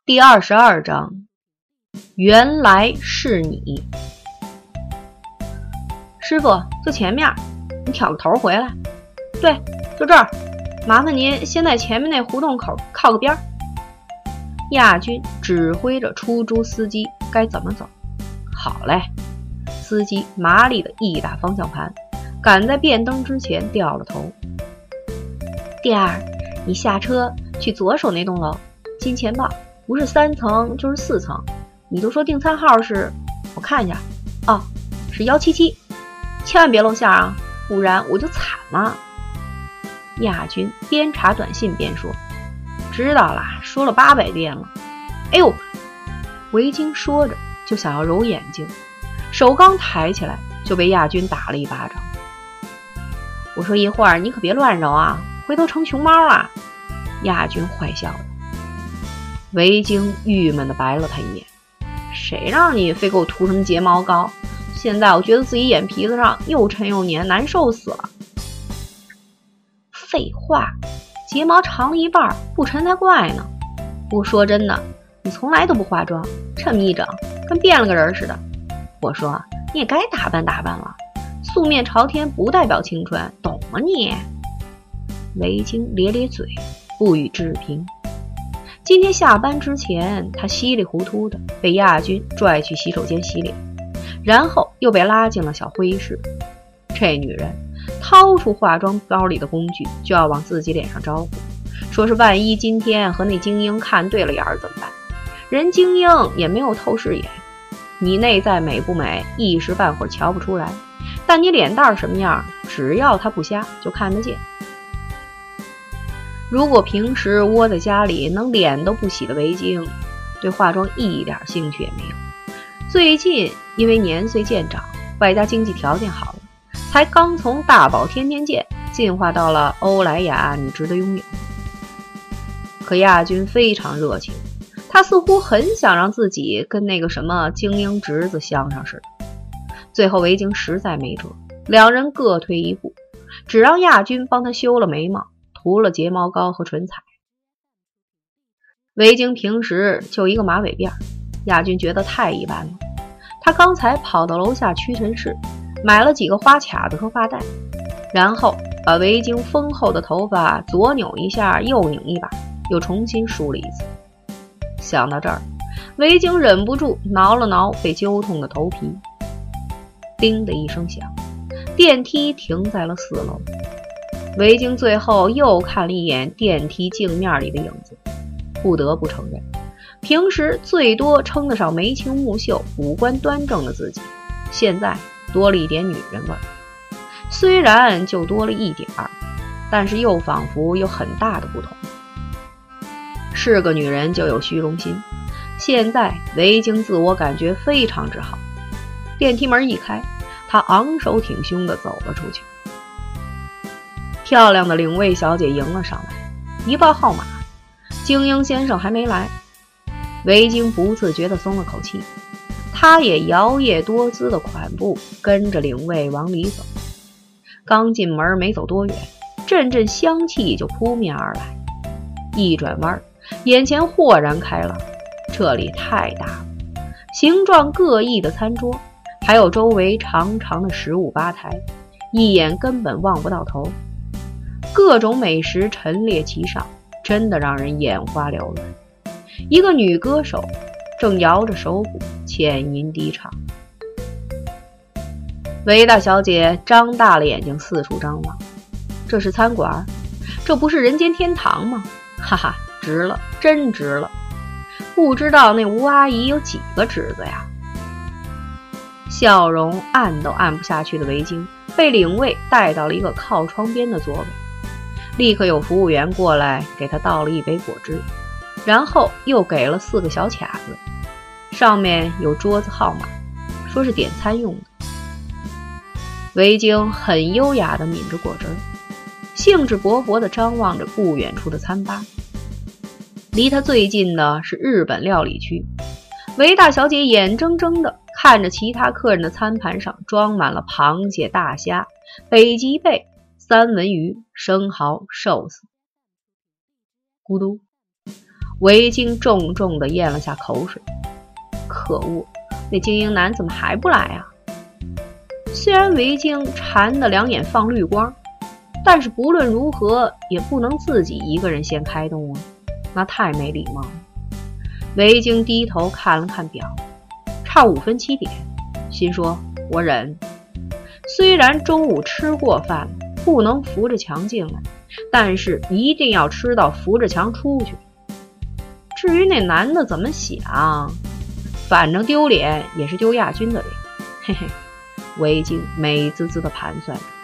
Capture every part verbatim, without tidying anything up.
第二十二章，原来是你。师傅，就前面，你挑个头回来。对，就这儿，麻烦您先在前面那胡同口靠个边儿。亚军指挥着出租司机该怎么走。好嘞，司机麻利的一打方向盘，赶在变灯之前掉了头。第二，你下车去左手那栋楼，金钱豹。不是三层就是四层，你就说订餐号是，我看一下，哦，是一七七，千万别露馅啊，不然我就惨了。亚军边查短信边说，知道了，说了八百遍了。哎呦，维京说着就想要揉眼睛，手刚抬起来就被亚军打了一巴掌。我说一会儿你可别乱揉啊，回头成熊猫了。亚军坏笑了。维京郁闷地白了他一眼，谁让你非给我涂什么睫毛膏，现在我觉得自己眼皮子上又沉又黏，难受死了。废话，睫毛长了一半不沉才怪呢。不说真的，你从来都不化妆，这么一整跟变了个人似的。我说你也该打扮打扮了，素面朝天不代表青春，懂吗你？维京咧咧嘴不予置评。今天下班之前，他稀里糊涂的被亚军拽去洗手间洗脸，然后又被拉进了小会议室。这女人掏出化妆包里的工具就要往自己脸上招呼，说是万一今天和那精英看对了眼儿怎么办？人精英也没有透视眼，你内在美不美一时半会儿瞧不出来，但你脸蛋什么样，只要他不瞎就看得见。如果平时窝在家里能脸都不洗的维京，对化妆一点兴趣也没有。最近因为年岁渐长，外加经济条件好了，才刚从大宝天天见进化到了欧莱雅你值得拥有。可亚军非常热情，他似乎很想让自己跟那个什么精英侄子相上似的。最后维京实在没辙，两人各退一步，只让亚军帮他修了眉毛，涂了睫毛膏和唇彩。维京平时就一个马尾辫，亚军觉得太一般了。他刚才跑到楼下屈臣氏买了几个花卡子和发带，然后把维京丰厚的头发左扭一下右拧一把，又重新梳了一次。想到这儿，维京忍不住挠了挠被揪痛的头皮。叮的一声响，电梯停在了四楼。维京最后又看了一眼电梯镜面里的影子，不得不承认，平时最多称得上眉清目秀、五官端正的自己，现在多了一点女人味儿。虽然就多了一点儿，但是又仿佛有很大的不同。是个女人就有虚荣心，现在维京自我感觉非常之好。电梯门一开，他昂首挺胸地走了出去。漂亮的领位小姐迎了上来，一报号码，精英先生还没来。维京不自觉地松了口气，他也摇曳多姿的款步跟着领位往里走。刚进门没走多远，阵阵香气就扑面而来。一转弯，眼前豁然开朗，这里太大了，形状各异的餐桌，还有周围长长的食物吧台，一眼根本望不到头。各种美食陈列其上，真的让人眼花缭乱。一个女歌手正摇着手鼓浅吟低唱。维大小姐张大了眼睛四处张望，这是餐馆？这不是人间天堂吗？哈哈，值了，真值了。不知道那吴阿姨有几个侄子呀？笑容按都按不下去的维京被领位带到了一个靠窗边的座位，立刻有服务员过来给他倒了一杯果汁，然后又给了四个小卡子，上面有桌子号码，说是点餐用的。维京很优雅地抿着果汁，兴致勃勃地张望着不远处的餐吧。离他最近的是日本料理区，维大小姐眼睁睁地看着其他客人的餐盘上装满了螃蟹、大虾、北极贝、三文鱼、生蚝、寿司。咕嘟， 维京重重地咽了下口水。可恶，那精英男怎么还不来啊？虽然维京馋得两眼放绿光，但是不论如何也不能自己一个人先开动啊，那太没礼貌了。维京低头看了看表，差五分七点，心说我忍。虽然中午吃过饭，不能扶着墙进来，但是一定要吃到扶着墙出去。至于那男的怎么想，反正丢脸也是丢亚军的脸，嘿嘿，维京美滋滋地盘算着。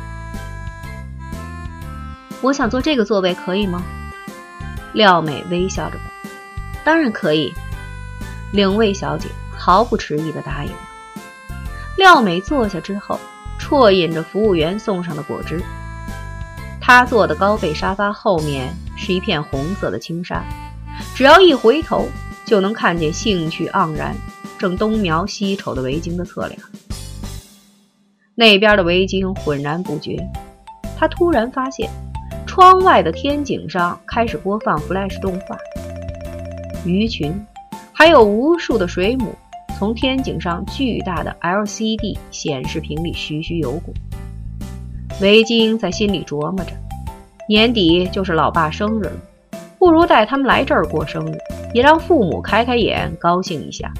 我想坐这个座位可以吗？廖美微笑着问。当然可以，领位小姐毫不迟疑地答应了。廖美坐下之后，啜饮着服务员送上的果汁。她坐的高背沙发后面是一片红色的轻纱，只要一回头就能看见兴趣盎然正东瞄西瞅的维京的侧脸。那边的维京浑然不觉，他突然发现窗外的天井上开始播放 Flash 动画，鱼群还有无数的水母从天井上巨大的 L C D 显示屏里徐徐游过。维京在心里琢磨着，年底就是老爸生日了，不如带他们来这儿过生日，也让父母开开眼，高兴一下。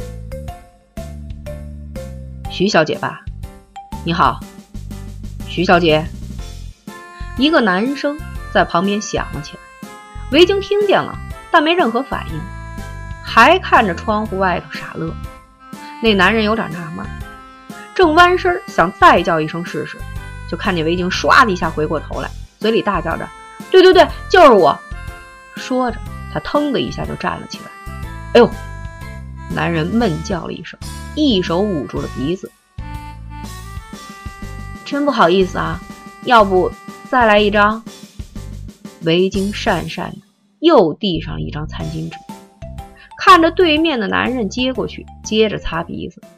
徐小姐吧，你好。徐小姐。一个男生在旁边响了起来，维京听见了，但没任何反应，还看着窗户外头傻乐。那男人有点纳闷，正弯身想再叫一声试试，就看见维京唰的一下回过头来，嘴里大叫着，对对对，就是我。说着他腾的一下就站了起来。哎呦！男人闷叫了一声，一手捂住了鼻子。真不好意思啊，要不再来一张？维京讪讪的又递上了一张餐巾纸，看着对面的男人接过去，接着擦鼻子。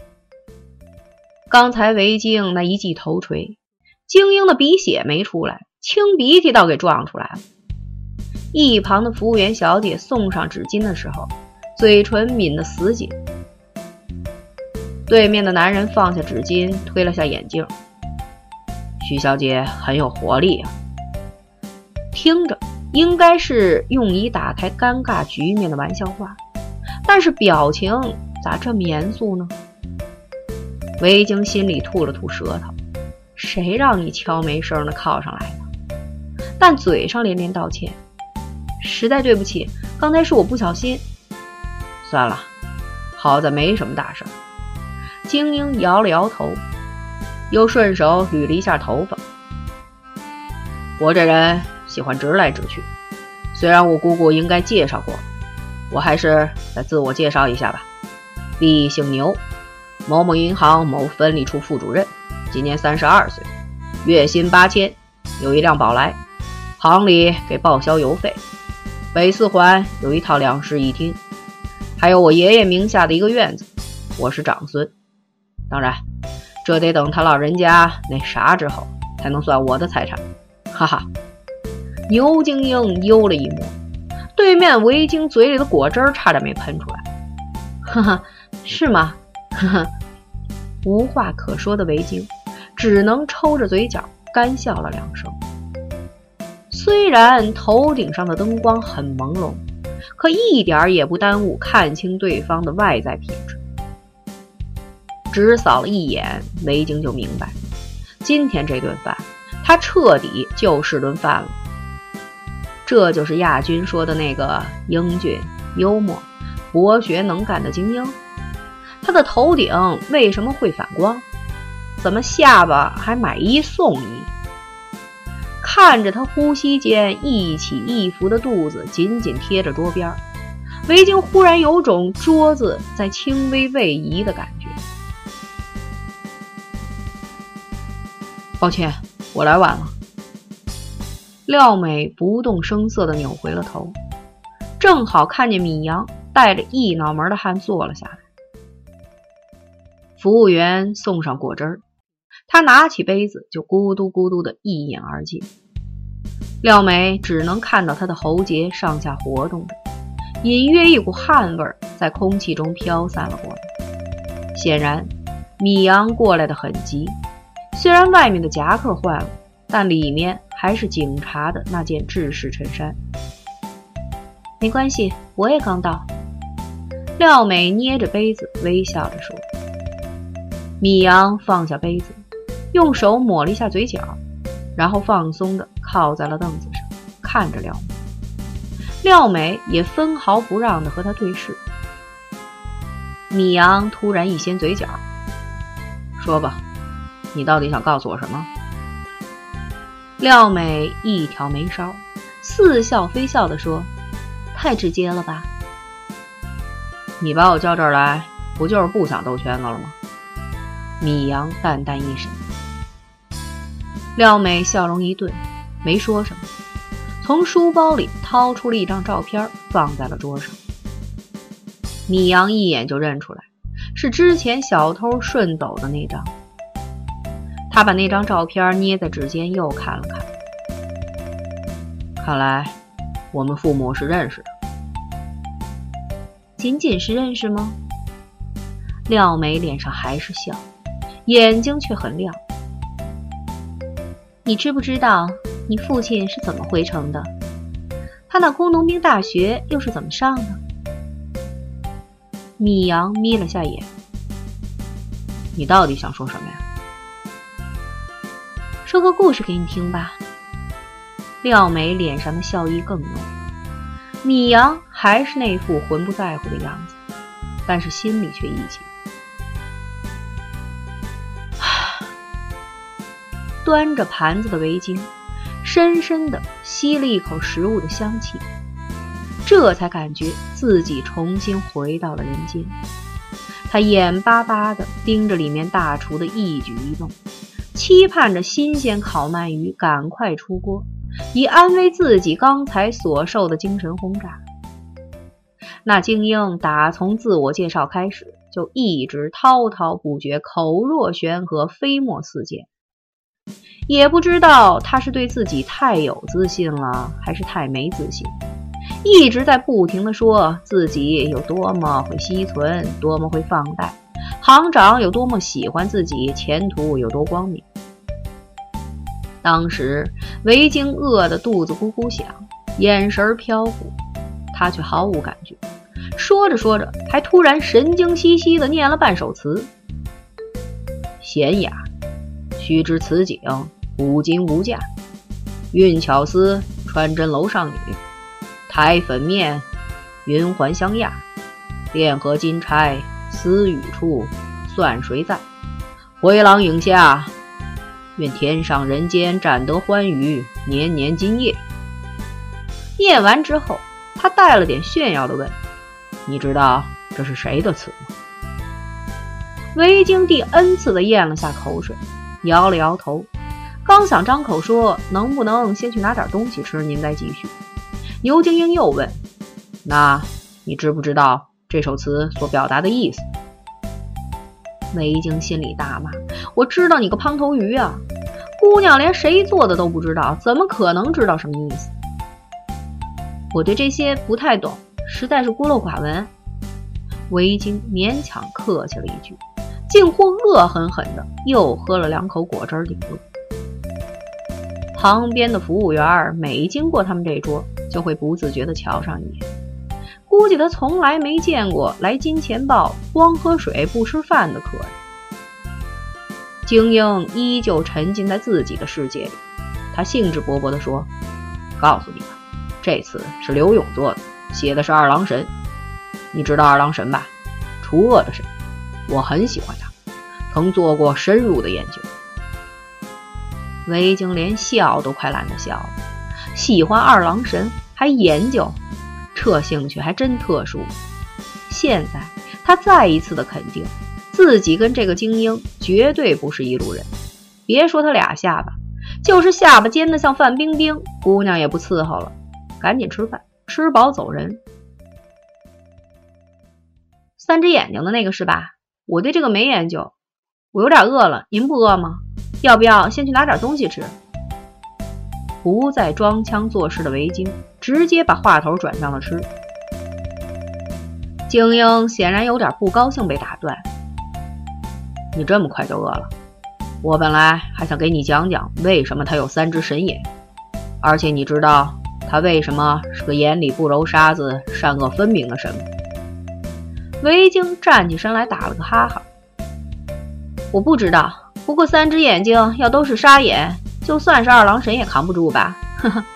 刚才维京那一记头锤，精英的鼻血没出来，清鼻涕倒给撞出来了。一旁的服务员小姐送上纸巾的时候，嘴唇抿得死紧。对面的男人放下纸巾，推了下眼镜。徐小姐很有活力啊，听着应该是用以打开尴尬局面的玩笑话，但是表情咋这么严肃呢？维京心里吐了吐舌头，谁让你悄没声的靠上来的？但嘴上连连道歉，实在对不起，刚才是我不小心。算了，好在没什么大事。精英摇了摇头，又顺手捋了一下头发。我这人喜欢直来直去，虽然我姑姑应该介绍过，我还是再自我介绍一下吧。B姓牛，某某银行某分理处副主任，今年三十二岁，月薪八千，有一辆宝来，行里给报销邮费。北四环有一套两室一厅，还有我爷爷名下的一个院子，我是长孙。当然这得等他老人家那啥之后才能算我的财产，哈哈。牛精英悠了一抹，对面维京嘴里的果汁差点没喷出来。哈哈，是吗？哈哈，无话可说的维京只能抽着嘴角干笑了两声。虽然头顶上的灯光很朦胧，可一点也不耽误看清对方的外在品质。只扫了一眼，维京就明白，今天这顿饭他彻底就是顿饭了。这就是亚军说的那个英俊、幽默、博学能干的精英。他的头顶为什么会反光？怎么下巴还买一送一？看着他呼吸间一起一伏的肚子紧紧贴着桌边，维京忽然有种桌子在轻微位移的感觉。抱歉，我来晚了。廖美不动声色地扭回了头，正好看见米阳带着一脑门的汗坐了下来。服务员送上果汁儿，他拿起杯子就咕嘟咕嘟地一饮而尽。 廖梅只能看到他的喉结上下活动着，隐约一股汗味在空气中飘散了过来。显然米阳过来的很急，虽然外面的夹克换了，但里面还是警察的那件制式衬衫。没关系，我也刚到。廖美捏着杯子微笑着说。米阳放下杯子，用手抹了一下嘴角，然后放松地靠在了凳子上，看着廖美。廖美也分毫不让地和他对视。米阳突然一掀嘴角，说吧，你到底想告诉我什么？廖美一挑眉梢，似笑非笑地说，太直接了吧。你把我叫这儿来，不就是不想兜圈子了吗？米阳淡淡一声。廖美笑容一顿，没说什么，从书包里掏出了一张照片，放在了桌上。米阳一眼就认出来，是之前小偷顺走的那张。他把那张照片捏在指尖又看了看。看来我们父母是认识的。仅仅是认识吗？廖梅脸上还是笑，眼睛却很亮。你知不知道你父亲是怎么回城的？他那工农兵大学又是怎么上的？米阳眯了下眼。你到底想说什么呀？说个故事给你听吧。廖梅脸上的笑意更浓，米阳还是那副浑不在乎的样子，但是心里却一紧。端着盘子的围巾深深地吸了一口食物的香气，这才感觉自己重新回到了人间。他眼巴巴地盯着里面大厨的一举一动，期盼着新鲜烤鳗鱼赶快出锅，以安慰自己刚才所受的精神轰炸。那精英打从自我介绍开始，就一直滔滔不绝，口若悬河，飞沫四溅。也不知道他是对自己太有自信了，还是太没自信，一直在不停地说自己有多么会惜存，多么会放贷，行长有多么喜欢自己，前途有多光明。当时维京饿得肚子咕咕响，眼神飘忽，他却毫无感觉，说着说着还突然神经兮兮地念了半首词。闲雅须知此景，无金无价。运巧思，穿针楼上女。台粉面，云环相亚。汴河金钗，私语处，算谁在？回廊影下，愿天上人间暂得欢愉，年年今夜。念完之后，他带了点炫耀地问：你知道这是谁的词吗？维京第 N 次地咽了下口水，摇了摇头，刚想张口说能不能先去拿点东西吃，您再继续。牛精英又问：那你知不知道这首词所表达的意思？维京心里大骂：我知道你个胖头鱼啊！姑娘连谁做的都不知道，怎么可能知道什么意思？我对这些不太懂，实在是孤陋寡闻。维京勉强客气了一句，竟或恶狠狠的又喝了两口果汁顶住。旁边的服务员每经过他们这桌，就会不自觉地瞧上一眼，估计他从来没见过来金钱豹光喝水不吃饭的客人。精英依旧沉浸在自己的世界里，他兴致勃勃地说：告诉你吧，这次是刘勇做的，写的是二郎神。你知道二郎神吧？除恶的神，我很喜欢他，曾做过深入的研究。维京连笑都快懒得笑了，喜欢二郎神还研究，这兴趣还真特殊。现在他再一次的肯定自己跟这个精英绝对不是一路人，别说他俩下巴，就是下巴尖的像范冰冰，姑娘也不伺候了。赶紧吃饭，吃饱走人。三只眼睛的那个是吧？我对这个没研究，我有点饿了，您不饿吗？要不要先去拿点东西吃？ 不再装腔作势的维京直接把话头转向了吃。精英显然有点不高兴被打断。你这么快就饿了？我本来还想给你讲讲为什么他有三只神眼，而且你知道他为什么是个眼里不揉沙子、善恶分明的神吗？维京站起身来打了个哈哈。我不知道，不过三只眼睛要都是沙眼，就算是二郎神也扛不住吧。呵呵。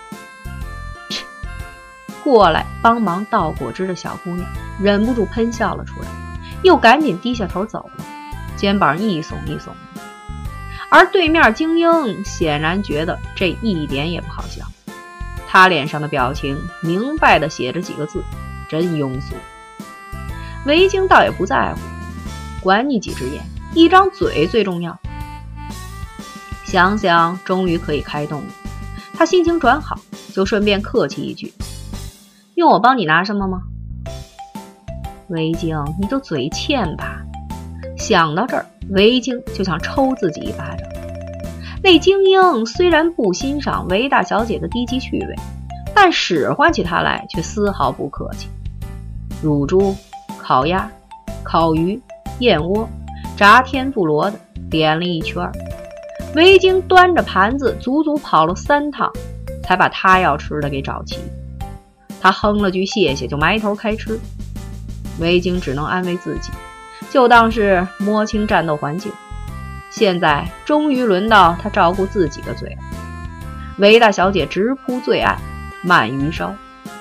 过来帮忙倒果汁的小姑娘忍不住喷笑了出来，又赶紧低下头走了，肩膀一耸一耸的。而对面精英显然觉得这一点也不好笑，他脸上的表情明白地写着几个字：真庸俗。维京倒也不在乎，管你几只眼，一张嘴最重要。想想终于可以开动了，他心情转好，就顺便客气一句：用我帮你拿什么吗？维京，你就嘴欠吧。想到这儿，维京就想抽自己一巴掌。那精英虽然不欣赏维大小姐的低级趣味，但使唤起她来却丝毫不客气。乳猪、烤鸭、烤鱼、燕窝、炸天妇罗的点了一圈，维京端着盘子足足跑了三趟，才把他要吃的给找齐。他哼了句谢谢，就埋头开吃。维京只能安慰自己，就当是摸清战斗环境。现在终于轮到他照顾自己的嘴了。维大小姐直扑最爱鳗鱼烧。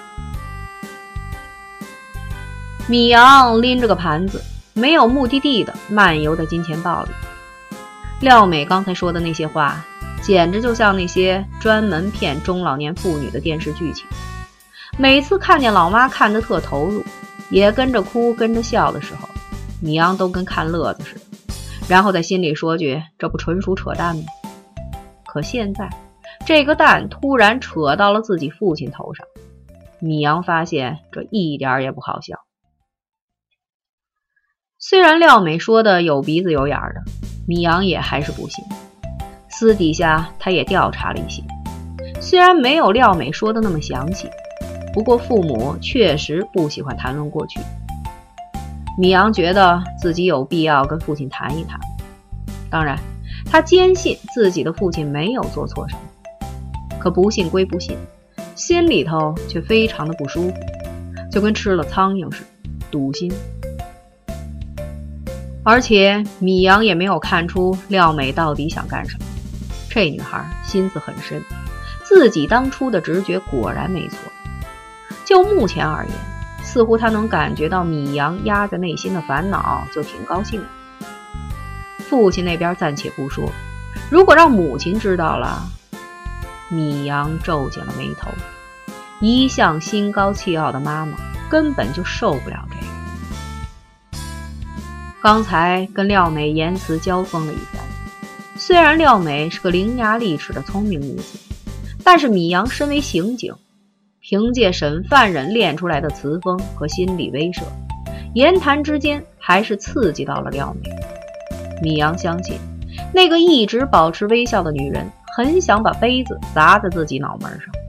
米阳拎着个盘子，没有目的地的漫游在金钱豹里。廖美刚才说的那些话，简直就像那些专门骗中老年妇女的电视剧情。每次看见老妈看得特投入，也跟着哭跟着笑的时候，米阳都跟看乐子似的，然后在心里说句：这不纯属扯淡吗？可现在这个蛋突然扯到了自己父亲头上，米阳发现这一点也不好笑。虽然廖美说的有鼻子有眼的，米阳也还是不信。私底下他也调查了一些，虽然没有廖美说的那么详细，不过父母确实不喜欢谈论过去。米阳觉得自己有必要跟父亲谈一谈。当然，他坚信自己的父亲没有做错什么，可不信归不信，心里头却非常的不舒服，就跟吃了苍蝇似的，堵心。而且米阳也没有看出廖美到底想干什么。这女孩心思很深，自己当初的直觉果然没错。就目前而言，似乎她能感觉到米阳压在内心的烦恼，就挺高兴的。父亲那边暂且不说，如果让母亲知道了，米阳皱紧了眉头。一向心高气傲的妈妈根本就受不了这个。刚才跟廖美言辞交锋了一番，虽然廖美是个伶牙俐齿的聪明女子，但是米阳身为刑警，凭借审犯人练出来的词风和心理威慑，言谈之间还是刺激到了廖美。米阳相信，那个一直保持微笑的女人很想把杯子砸在自己脑门上。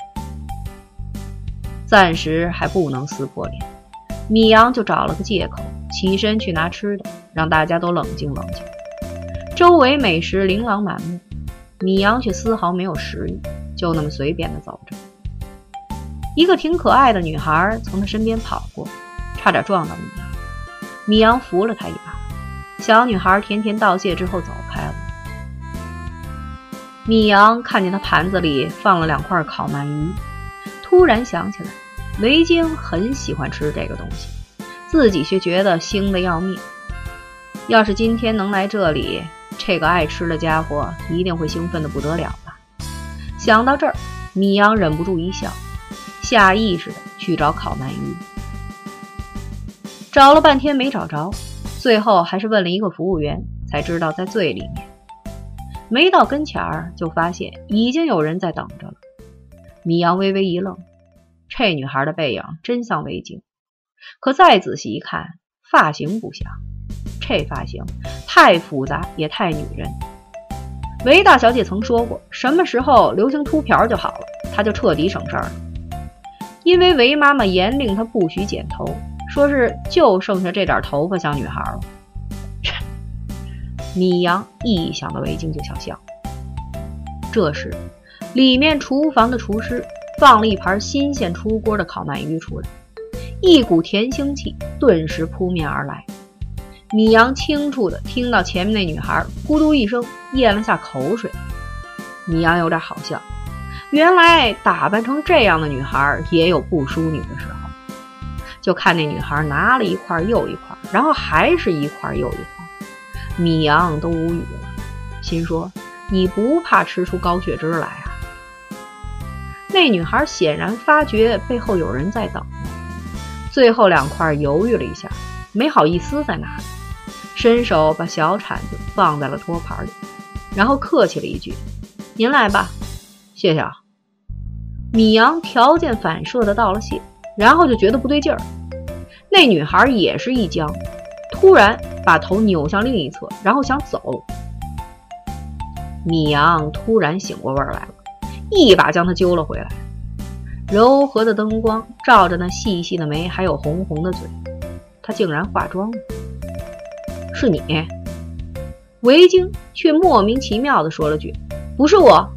暂时还不能撕破脸，米阳就找了个借口起身去拿吃的，让大家都冷静冷静。周围美食琳琅满目，米阳却丝毫没有食欲，就那么随便地走着。一个挺可爱的女孩从他身边跑过，差点撞到米阳。米阳扶了她一把，小女孩甜甜道谢之后走开了。米阳看见她盘子里放了两块烤鳗鱼，突然想起来维京很喜欢吃这个东西，自己却觉得腥得要命。要是今天能来这里，这个爱吃的家伙一定会兴奋得不得了吧。想到这儿，米阳忍不住一笑，下意识地去找烤鳗鱼。找了半天没找着，最后还是问了一个服务员，才知道在最里面。没到跟前儿，就发现已经有人在等着了。米阳微微一愣，这女孩的背影真像维京，可再仔细一看，发型不像，这发型太复杂也太女人。 韦大小姐曾说过，什么时候流行秃瓢就好了，她就彻底省事儿了。因为韦妈妈严令她不许剪头，说是就剩下这点头发像女孩了。米阳一想到围巾就想笑。这时，里面厨房的厨师放了一盘新鲜出锅的烤鳗鱼出来，一股甜腥气顿时扑面而来。米阳清楚地听到前面那女孩咕嘟一声咽了下口水。米阳有点好笑，原来打扮成这样的女孩也有不淑女的时候。就看那女孩拿了一块又一块，然后还是一块又一块，米阳都无语了，心说你不怕吃出高血脂来啊？那女孩显然发觉背后有人在等，最后两块犹豫了一下，没好意思再拿，伸手把小铲子放在了托盘里，然后客气了一句：“您来吧，谢谢啊。”米阳条件反射的道了谢，然后就觉得不对劲儿。那女孩也是一僵，突然把头扭向另一侧，然后想走。米阳突然醒过味儿来了，一把将她揪了回来。柔和的灯光照着那细细的眉还有红红的嘴，她竟然化妆了。是你？维京却莫名其妙地说了句：“不是我。”